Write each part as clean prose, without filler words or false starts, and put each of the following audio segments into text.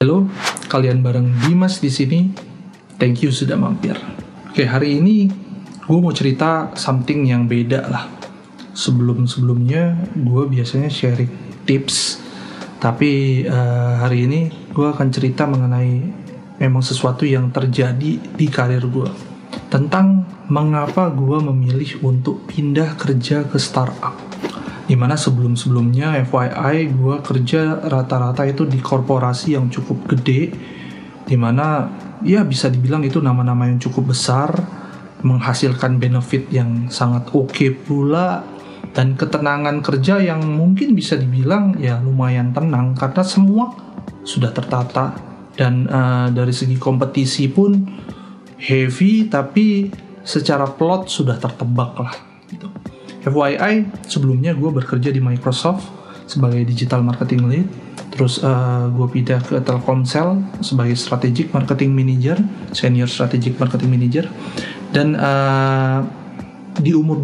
Halo, kalian bareng Dimas di sini. Thank you sudah mampir. Oke, hari ini gue mau cerita something yang beda lah. Sebelumnya gue biasanya sharing tips, tapi hari ini gue akan cerita mengenai memang sesuatu yang terjadi di karir gue, tentang mengapa gue memilih untuk pindah kerja ke startup. Dimana sebelumnya FYI gue kerja rata-rata itu di korporasi yang cukup gede, dimana ya bisa dibilang itu nama-nama yang cukup besar, menghasilkan benefit yang sangat oke pula, dan ketenangan kerja yang mungkin bisa dibilang ya lumayan tenang karena semua sudah tertata, dan dari segi kompetisi pun heavy, tapi secara plot sudah tertebak lah gitu. FYI, sebelumnya gue bekerja di Microsoft sebagai digital marketing lead, terus gue pindah ke Telkomsel sebagai strategic marketing manager, senior strategic marketing manager, dan di umur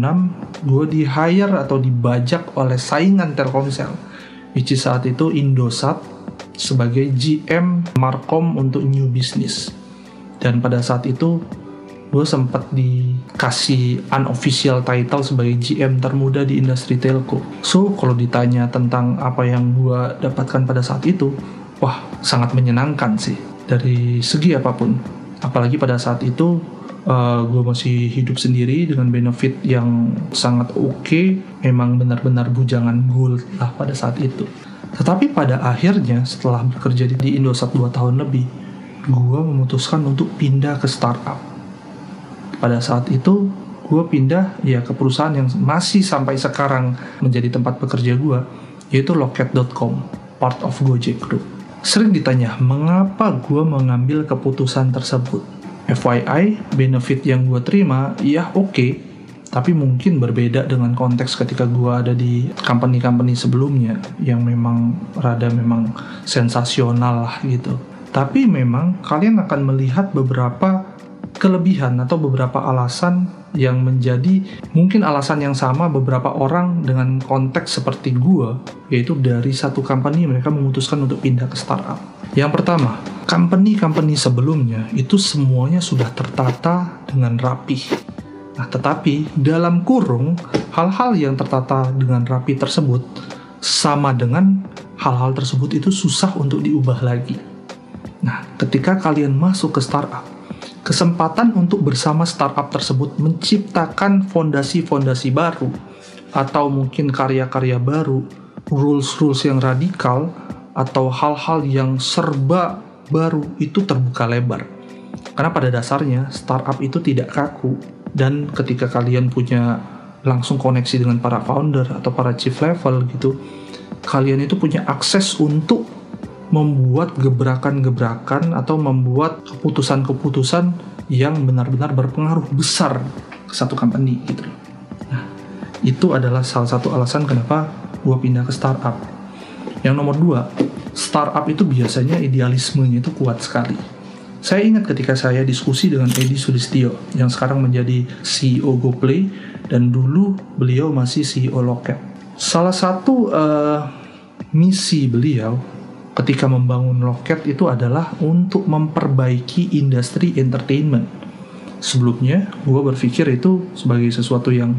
26 gue di hire atau dibajak oleh saingan Telkomsel, which is saat itu Indosat, sebagai GM Markom untuk new business. Dan pada saat itu gue sempat dikasih unofficial title sebagai GM termuda di industri telco. So, kalau ditanya tentang apa yang gue dapatkan pada saat itu, wah, sangat menyenangkan sih dari segi apapun. Apalagi pada saat itu gue masih hidup sendiri dengan benefit yang sangat oke. Memang benar-benar bujangan gold lah pada saat itu. Tetapi pada akhirnya setelah bekerja di Indosat 2 tahun lebih, gue memutuskan untuk pindah ke startup. Pada saat itu gue pindah ya ke perusahaan yang masih sampai sekarang menjadi tempat bekerja gue, yaitu Loket.com, part of Gojek Group. Sering ditanya mengapa gue mengambil keputusan tersebut. FYI, benefit yang gue terima ya oke, tapi mungkin berbeda dengan konteks ketika gue ada di company-company sebelumnya yang memang memang sensasional lah gitu. Tapi memang kalian akan melihat beberapa kelebihan atau beberapa alasan yang menjadi mungkin alasan yang sama beberapa orang dengan konteks seperti gue, yaitu dari satu company mereka memutuskan untuk pindah ke startup. Yang pertama, company sebelumnya itu semuanya sudah tertata dengan rapih. Nah, tetapi dalam kurung hal-hal yang tertata dengan rapi tersebut sama dengan hal-hal tersebut itu susah untuk diubah lagi. Nah, ketika kalian masuk ke startup, kesempatan untuk bersama startup tersebut menciptakan fondasi-fondasi baru, atau mungkin karya-karya baru, rules-rules yang radikal, atau hal-hal yang serba baru itu terbuka lebar. Karena pada dasarnya startup itu tidak kaku, dan ketika kalian punya langsung koneksi dengan para founder atau para chief level gitu, kalian itu punya akses untuk membuat gebrakan-gebrakan atau membuat keputusan-keputusan yang benar-benar berpengaruh besar ke satu company gitu. Nah, itu adalah salah satu alasan kenapa gue pindah ke startup. Yang nomor 2, startup itu biasanya idealismenya itu kuat sekali. Saya ingat ketika saya diskusi dengan Edi Sulistyo yang sekarang menjadi CEO GoPlay, dan dulu beliau masih CEO Loket. Salah satu misi beliau ketika membangun Loket itu adalah untuk memperbaiki industri entertainment. Sebelumnya, gue berpikir itu sebagai sesuatu yang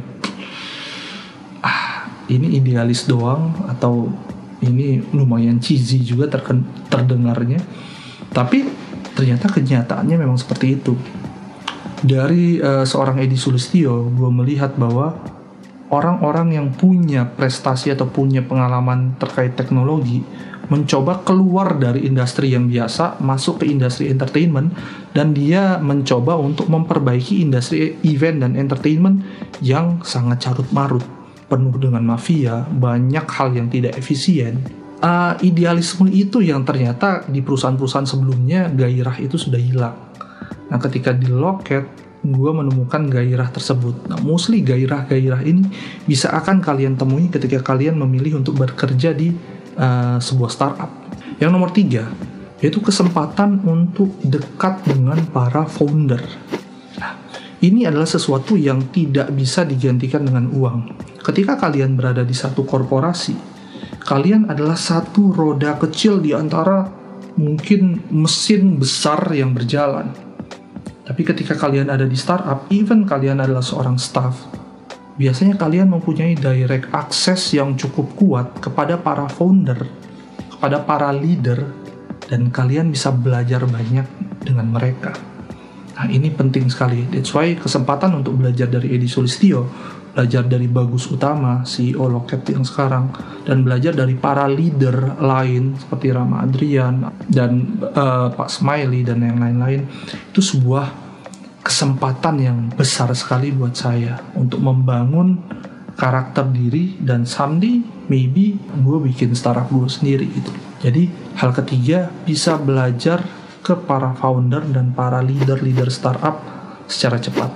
ini idealis doang, atau ini lumayan cheesy juga terdengarnya. Tapi ternyata kenyataannya memang seperti itu. Dari seorang Edi Sulistyo, gue melihat bahwa orang-orang yang punya prestasi atau punya pengalaman terkait teknologi mencoba keluar dari industri yang biasa, masuk ke industri entertainment, dan dia mencoba untuk memperbaiki industri event dan entertainment yang sangat carut-marut, penuh dengan mafia, banyak hal yang tidak efisien. Idealisme itu yang ternyata di perusahaan-perusahaan sebelumnya gairah itu sudah hilang. Nah, ketika di Loket, gue menemukan gairah tersebut. Nah, mostly gairah-gairah ini bisa akan kalian temui ketika kalian memilih untuk bekerja di sebuah startup. Yang nomor 3, yaitu kesempatan untuk dekat dengan para founder. Nah, ini adalah sesuatu yang tidak bisa digantikan dengan uang. Ketika kalian berada di satu korporasi, kalian adalah satu roda kecil di antara mungkin mesin besar yang berjalan. Tapi ketika kalian ada di startup, even kalian adalah seorang staff, biasanya kalian mempunyai direct access yang cukup kuat kepada para founder, kepada para leader, dan kalian bisa belajar banyak dengan mereka. Nah, ini penting sekali. That's why kesempatan untuk belajar dari Edi Sulistyo, belajar dari Bagus Utama, CEO Loket yang sekarang, dan belajar dari para leader lain seperti Rama Adrian dan Pak Smiley dan yang lain-lain, itu sebuah kesempatan yang besar sekali buat saya untuk membangun karakter diri, dan someday maybe gue bikin startup gue sendiri gitu. Jadi hal ketiga, bisa belajar ke para founder dan para leader startup secara cepat.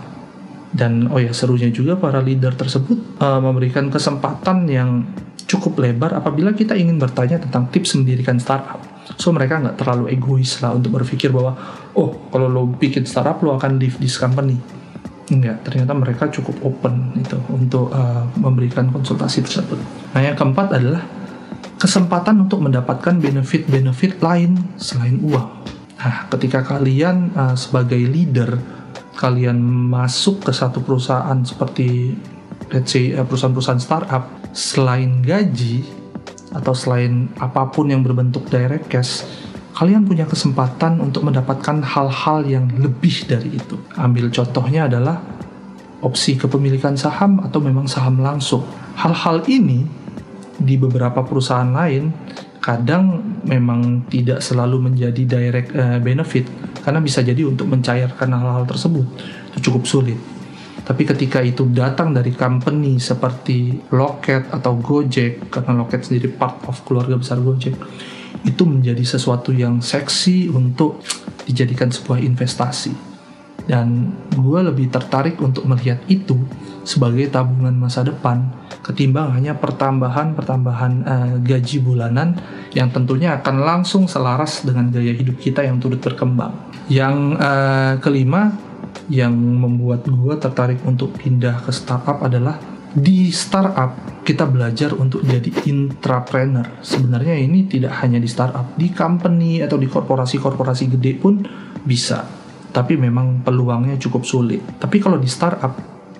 Dan serunya juga para leader tersebut memberikan kesempatan yang cukup lebar apabila kita ingin bertanya tentang tips mendirikan startup. So mereka nggak terlalu egois lah untuk berpikir bahwa kalau lo bikin startup lo akan leave this company. Enggak, ternyata mereka cukup open itu untuk memberikan konsultasi tersebut. Nah, yang keempat adalah kesempatan untuk mendapatkan benefit-benefit lain selain uang. Nah, ketika kalian sebagai leader, kalian masuk ke satu perusahaan seperti let's say perusahaan-perusahaan startup, selain gaji atau selain apapun yang berbentuk direct cash, kalian punya kesempatan untuk mendapatkan hal-hal yang lebih dari itu. Ambil contohnya adalah opsi kepemilikan saham atau memang saham langsung. Hal-hal ini di beberapa perusahaan lain kadang memang tidak selalu menjadi direct benefit, karena bisa jadi untuk mencairkan hal-hal tersebut itu cukup sulit. Tapi ketika itu datang dari company seperti Loket atau Gojek, karena Loket sendiri part of keluarga besar Gojek, itu menjadi sesuatu yang seksi untuk dijadikan sebuah investasi. Dan gue lebih tertarik untuk melihat itu sebagai tabungan masa depan ketimbang hanya pertambahan gaji bulanan yang tentunya akan langsung selaras dengan gaya hidup kita yang turut berkembang. Yang kelima yang membuat gue tertarik untuk pindah ke startup adalah di startup kita belajar untuk jadi intrapreneur. Sebenarnya ini tidak hanya di startup, di company atau di korporasi-korporasi gede pun bisa. Tapi memang peluangnya cukup sulit. Tapi kalau di startup,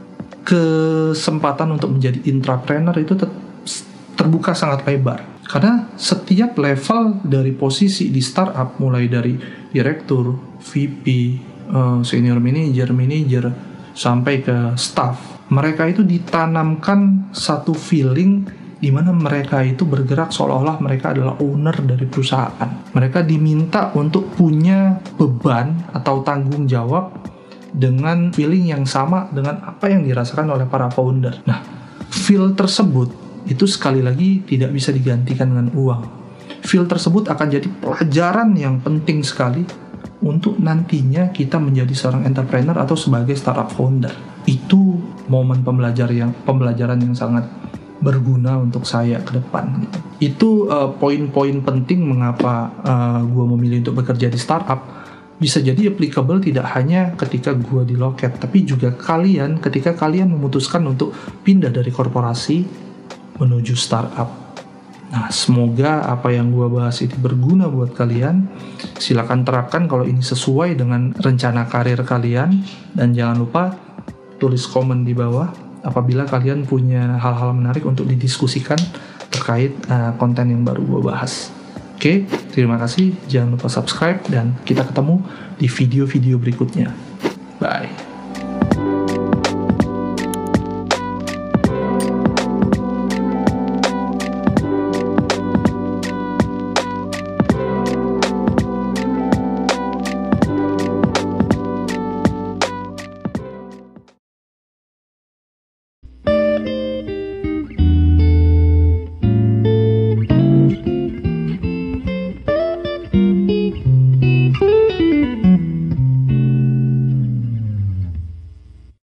kesempatan untuk menjadi intrapreneur itu terbuka sangat lebar. Karena setiap level dari posisi di startup, mulai dari direktur, VP, senior manager, sampai ke staff, mereka itu ditanamkan satu feeling di mana mereka itu bergerak seolah-olah mereka adalah owner dari perusahaan. Mereka diminta untuk punya beban atau tanggung jawab dengan feeling yang sama dengan apa yang dirasakan oleh para founder. Nah, feel tersebut itu sekali lagi tidak bisa digantikan dengan uang. Feel tersebut akan jadi pelajaran yang penting sekali untuk nantinya kita menjadi seorang entrepreneur atau sebagai startup founder. Itu momen pembelajaran yang sangat berguna untuk saya ke depan. Itu poin-poin penting mengapa gue memilih untuk bekerja di startup. Bisa jadi applicable tidak hanya ketika gue di Loket, tapi juga kalian ketika kalian memutuskan untuk pindah dari korporasi menuju startup. Nah, semoga apa yang gue bahas ini berguna buat kalian. Silakan terapkan kalau ini sesuai dengan rencana karir kalian, dan jangan lupa tulis komen di bawah apabila kalian punya hal-hal menarik untuk didiskusikan terkait konten yang baru gue bahas. Oke, terima kasih. Jangan lupa subscribe dan kita ketemu di video-video berikutnya. Bye.